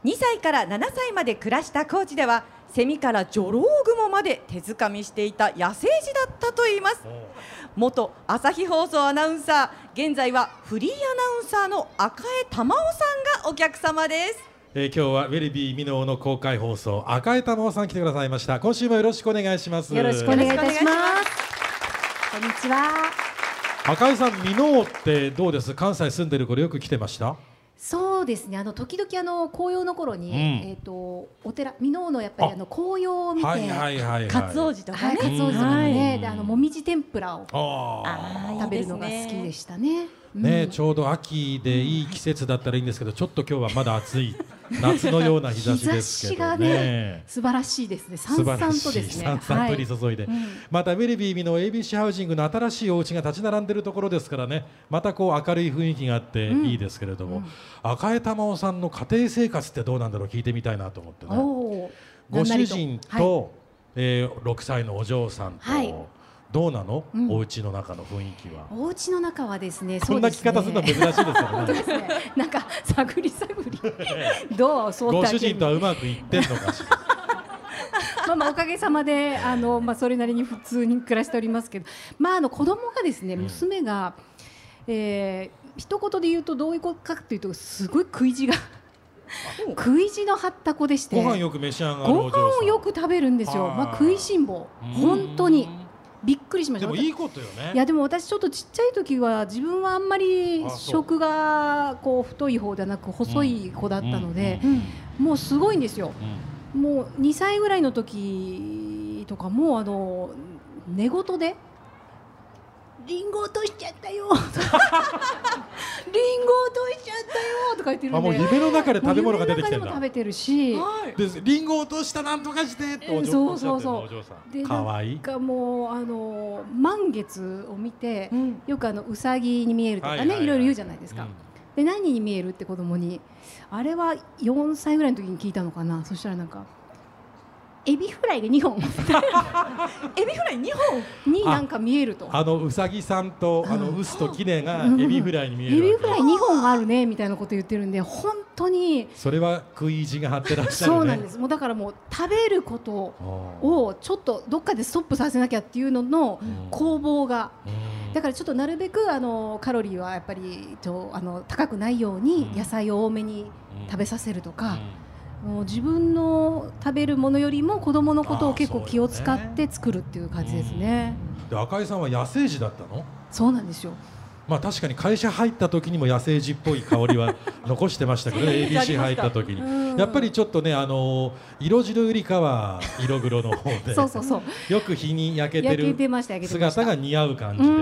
2歳から7歳まで暮らした高知ではセミからジョロウグモまで手づかみしていた野生児だったといいます。元朝日放送アナウンサー、現在はフリーアナウンサーの赤江珠緒さんがお客様です。 今日はウェルビー箕面の公開放送、赤江珠緒さん来てくださいました。今週もよろしくお願いします。 よろしくお願いいたします。こんにちは。 赤江さん、箕面ってどうです？関西住んでる頃よく来てました？ そうですね、時々紅葉の頃に、お寺箕面のやっぱり紅葉を見て、 かつおじとかね、 かつおじとかね、でもみじ天ぷらを食べるのが好きでしたね。 ね、ちょうど秋でいい季節だったらいいんですけど、ちょっと今日はまだ暑い夏のような日差しですけどね。 日差しがね、素晴らしいですね。さんさんとですね、 さんさん降り注いで、またウェルビー箕面 ABC ハウジングの新しいお家が立ち並んでるところですからね、またこう明るい雰囲気があっていいですけれども、赤江珠緒さんの家庭生活ってどうなんだろう、聞いてみたいなと思ってね。ご主人と、6歳のお嬢さんと、どうなの、お家の中の雰囲気は。 お家の中はですね、 こんな聞き方するのは珍しいですよね。 なんか探り探りどうご主人とはうまくいってんのかしら。 おかげさまでそれなりに普通に暮らしておりますけど、子供がですね、娘が、一言で言うとどういう子かというと、すごい食い地が食い地の張った子でして、 ご飯よく召し上がるお嬢さん、 ご飯をよく食べるんですよ。食いしん坊、本当にびっくりしました。 でもいいことよね。 いやでも私ちょっとちっちゃい時は自分はあんまり食がこう太い方ではなく細い子だったので、もうすごいんですよ。もう2歳ぐらいの時とかも寝言でリンゴ落としちゃったよリンゴ落としちゃったよとか言ってるんで、 もう夢の中で食べ物が出てきてるんだ。 食べてるし、 でリンゴ落としたなんとかしてってお嬢さん。でかわいい。 なんかもう満月を見て、よくうさぎに見えるとかね、いろいろ言うじゃないですか。で何に見えるって子供に、あれは4歳ぐらいの時に聞いたのかな。そしたらなんかエビフライが2本エビフライ2本になんか見えると、 うさぎさんとウスとキネがエビフライに見える、 エビフライ2本あるねみたいなこと言ってるんで、本当にそれは食い意地が張ってらっしゃるね。 そうなんです。もうだからもう食べることをちょっとどっかでストップさせなきゃっていうのの攻防が、だからちょっとなるべくカロリーはやっぱり高くないように野菜を多めに食べさせるとか、もう自分の食べるものよりも子供のことを結構気を使って作るっていう感じですね。 で赤井さんは野生児だったの？ そうなんですよ。 確かに会社入った時にも野生児っぽい香りは残してましたけど、ABC 入った時にやっぱりちょっとね、色白よりかは色黒の方でそうよく日に焼けてる姿が似合う感じで、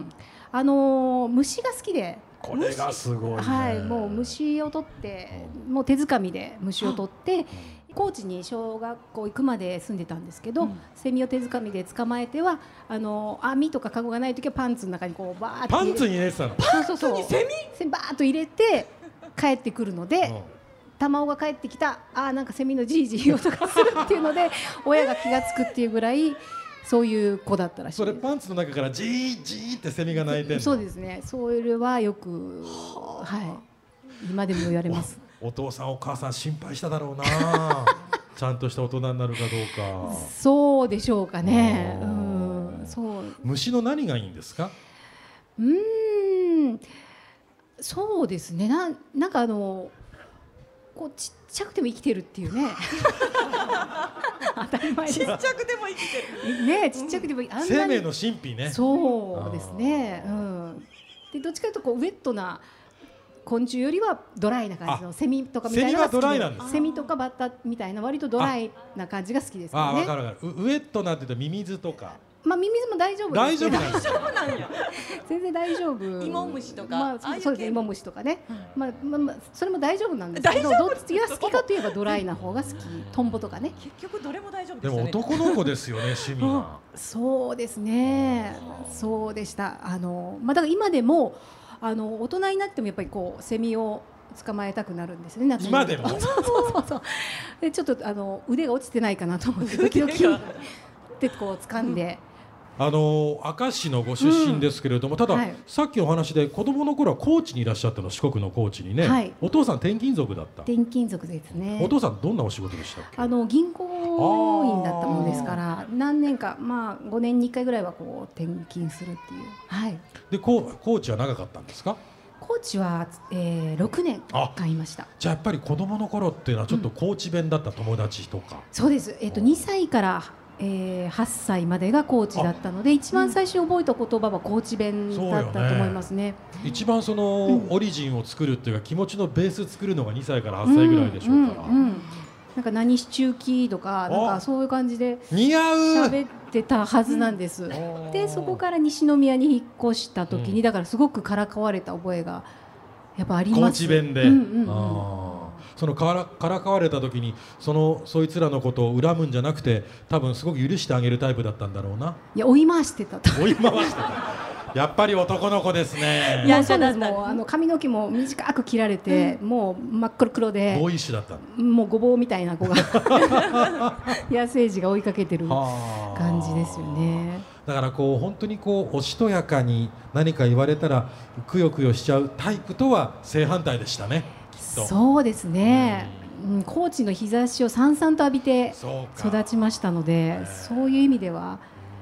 虫が好きで、 これがすごいね。 もう虫を取って、もう手づかみで虫を取って、高知に小学校行くまで住んでたんですけど、セミを手づかみで捕まえては網とかカゴがない時はパンツの中にこうバーッとパンツに入れてたの？ パンツにセミバーッと入れて帰ってくるので、玉緒が帰ってきた、なんかセミのジージー音がするっていうので親が気がつくっていうぐらいそういう子だったらしいです。 それパンツの中からジージーってセミが鳴いてるの？ そうですね。それはよく、今でも言われます。 お父さんお母さん心配しただろうなちゃんとした大人になるかどうか。そうでしょうかね。 虫の何がいいんですか？ そうですね。なんかこうちっちゃくても生きてるっていうね当たり前です。 ちっちゃくても生きてるね、ちっちゃくても生命の神秘ね。 そうですね。でどっちかというとこうウェットな昆虫よりはドライな感じのセミとかみたいなのが好きで、 セミはドライなんです。 セミとかバッタみたいな割とドライな感じが好きですね。 わかるわかる。ウェットなんて言うとミミズとか。 ミミズも大丈夫です。 大丈夫なんや。 全然大丈夫。 イモムシとか、 そうですね、イモムシとかね。それも大丈夫なんですけど、どっちが好きかといえばドライな方が好き。トンボとかね。 結局どれも大丈夫ですよね。でも男の子ですよね、趣味は。 そうですね。そうでした。だから今でも大人になってもやっぱりこうセミを捕まえたくなるんですね。 今でも。 そうでちょっと腕が落ちてないかなと思って時々でこう掴んで明石市のご出身ですけれども、ただ、さっきお話で子供の頃は高知にいらっしゃったの、四国の高知にね、お父さん転勤族だった。 転勤族ですね。 お父さんどんなお仕事でしたっけ？ 銀行員だったものですから、何年か、5年に1回ぐらいはこう転勤するっていう。 で高知は長かったんですか？ 高知は、6年間いました。 じゃあやっぱり子供の頃っていうのはちょっと高知弁だった友達とか。 そうです。2歳から8歳までが高知だったので、一番最初覚えた言葉は高知弁だったと思いますね。 一番そのオリジンを作るっていうか、気持ちのベース作るのが2歳から8歳ぐらいでしょうから。なんか何シチューキーとか、なんかそういう感じで喋ってたはずなんです。でそこから西宮に引っ越した時に、だからすごくからかわれた覚えがやっぱあります。 高知弁で。そのからかわれた時にそいつらのことを恨むんじゃなくて、多分すごく許してあげるタイプだったんだろうな。 いや、追い回してたと。 追い回してた。やっぱり男の子ですね。 いや、そうです。もう髪の毛も短く切られて、もう真っ黒黒で。 ボーイッシュだった。 もうごぼうみたいな子が野生児が追いかけてる感じですよね。 だから本当におしとやかに何か言われたらくよくよしちゃうタイプとは正反対でしたね。 そうですね。高知の日差しをさんさんと浴びて育ちましたので、そういう意味では。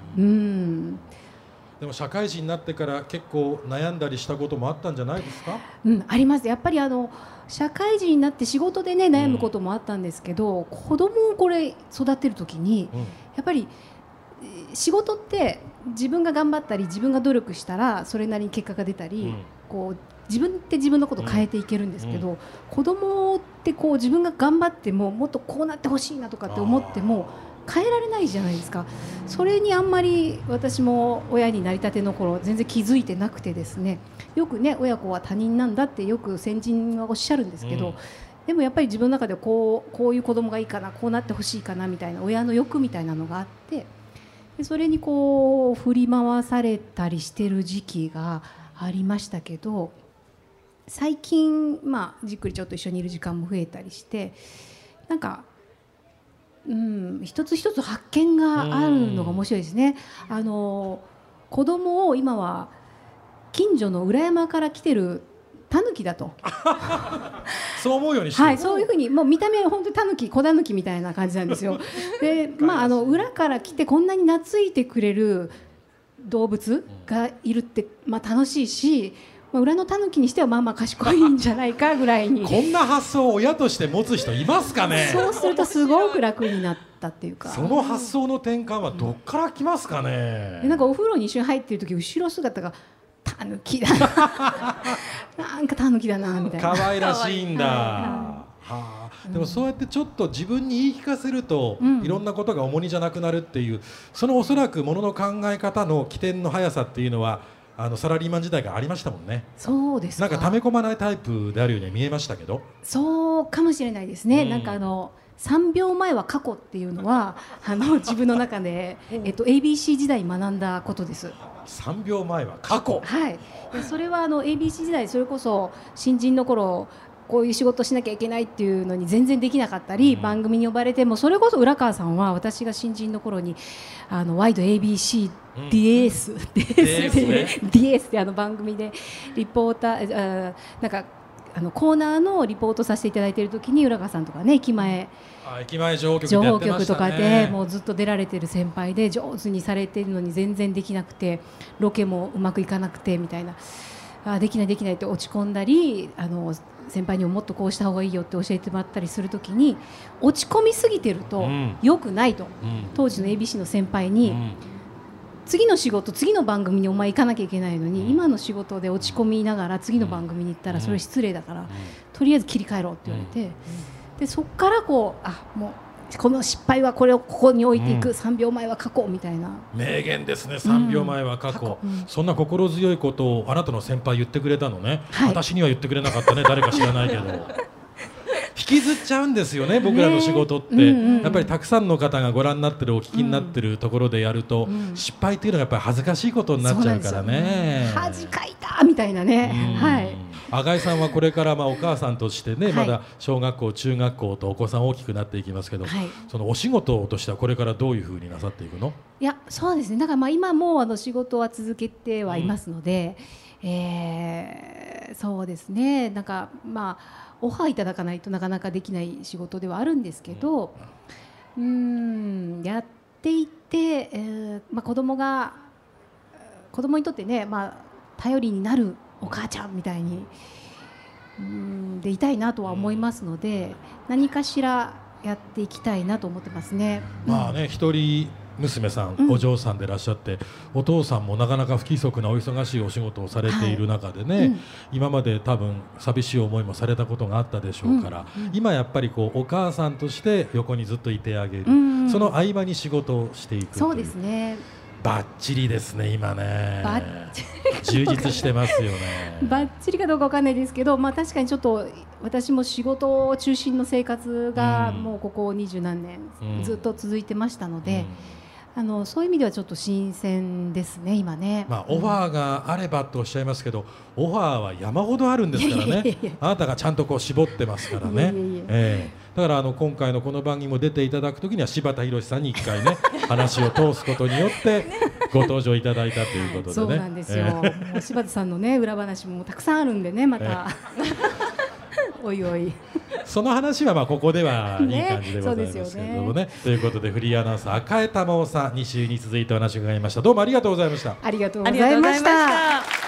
でも社会人になってから結構悩んだりしたこともあったんじゃないですか？ あります。やっぱり社会人になって仕事でね、悩むこともあったんですけど、子供をこれ育てる時に、やっぱり仕事って自分が頑張ったり自分が努力したらそれなりに結果が出たり、自分って自分のことを変えていけるんですけど、子供って自分が頑張ってももっとこうなってほしいなとかって思っても変えられないじゃないですか。それにあんまり私も親になりたての頃全然気づいてなくてですね、よくね、親子は他人なんだってよく先人はおっしゃるんですけど、でもやっぱり自分の中でこういう子供がいいかな、こうなってほしいかなみたいな親の欲みたいなのがあって、でそれに振り回されたりしてる時期がありましたけど、最近じっくりちょっと一緒にいる時間も増えたりして、なんか一つ一つ発見があるのが面白いですね。子供を今は近所の裏山から来てるタヌキだとそう思うようにしてる。 そういうふうに、もう見た目は本当にタヌキ、小タヌキみたいな感じなんですよ。で、裏から来てこんなに懐いてくれる動物がいるって、楽しいし、裏のタヌキにしては賢いんじゃないかぐらいにこんな発想を親として持つ人いますかね。 そうするとすごく楽になったっていうか、 その発想の転換はどっから来ますかね。 なんかお風呂に一緒に入ってる時、後ろ姿がタヌキだななんかタヌキだなみたいな。 可愛らしいんだ。でもそうやってちょっと自分に言い聞かせると、いろんなことが重荷じゃなくなるっていう、そのおそらくものの考え方の起点の速さっていうのはサラリーマン時代がありましたもんね。 そうですか。 なんか溜め込まないタイプであるように見えましたけど。 そうかもしれないですね。なんか3秒前は過去っていうのは自分の中で、ABC 時代に学んだことです。 3秒前は過去。 はい。でそれはABC 時代、それこそ新人の頃こういう仕事しなきゃいけないっていうのに全然できなかったり、番組に呼ばれても、それこそ浦川さんは私が新人の頃にワイド ABC DS って番組でリポーターなんかコーナーのリポートさせていただいている時に、浦川さんとかね、駅前情報局とかでもうずっと出られてる先輩で、上手にされてるのに全然できなくて、ロケもうまくいかなくてみたいな、できないって落ち込んだり、先輩にももっとこうした方がいいよって教えてもらったりするときに、落ち込みすぎてると良くないと、当時の ABC の先輩に、次の仕事、次の番組にお前行かなきゃいけないのに、今の仕事で落ち込みながら次の番組に行ったらそれ失礼だから、とりあえず切り替えろって言われて、でそこからもうこの失敗はこれをここに置いていく、3秒前は過去みたいな名言ですね。3秒前は過去、そんな心強いことをあなたの先輩言ってくれたのね。私には言ってくれなかったね、誰か知らないけど引きずっちゃうんですよね、僕らの仕事って、やっぱりたくさんの方がご覧になってる、お聞きになってるところでやると、失敗っていうのがやっぱり恥ずかしいことになっちゃうからね。 恥かいたみたいなね。 赤井さんはこれからお母さんとしてね、 はいまだ小学校中学校とお子さん大きくなっていきますけど、 はい、 そのお仕事としてはこれからどういうふうになさっていくの？ いやそうですね、だから今も仕事は続けてはいますので、そうですね、なんかオファーいただかないとなかなかできない仕事ではあるんですけど、やっていて、子供にとってね、頼りになるお母ちゃんみたいにでいたいなとは思いますので、何かしらやっていきたいなと思ってますね。 一人娘さん、お嬢さんでいらっしゃって、お父さんもなかなか不規則なお忙しいお仕事をされている中でね、今まで多分寂しい思いもされたことがあったでしょうから、今やっぱりお母さんとして横にずっといてあげる、その合間に仕事をしていくという。 そうですね、 バッチリですね今ね。充実してますよね。 バッチリかどうかわかんないですけど、確かにちょっと私も仕事中心の生活がもうここ20何年ずっと続いてましたので、そういう意味ではちょっと新鮮ですね今ね。 オファーがあればとおっしゃいますけど、オファーは山ほどあるんですからね。あなたがちゃんと絞ってますからね。だから今回のこの番組も出ていただくときには柴田博さんに一回ね話を通すことによってご登場いただいたということでね。 そうなんですよ、もう柴田さんのね裏話もたくさんあるんでね、またおいおいその話はここではいい感じでございますけれどもね。ということでフリーアナウンサー赤江珠緒さん、2週に続いてお話を伺いました。どうもありがとうございました。 ありがとうございました。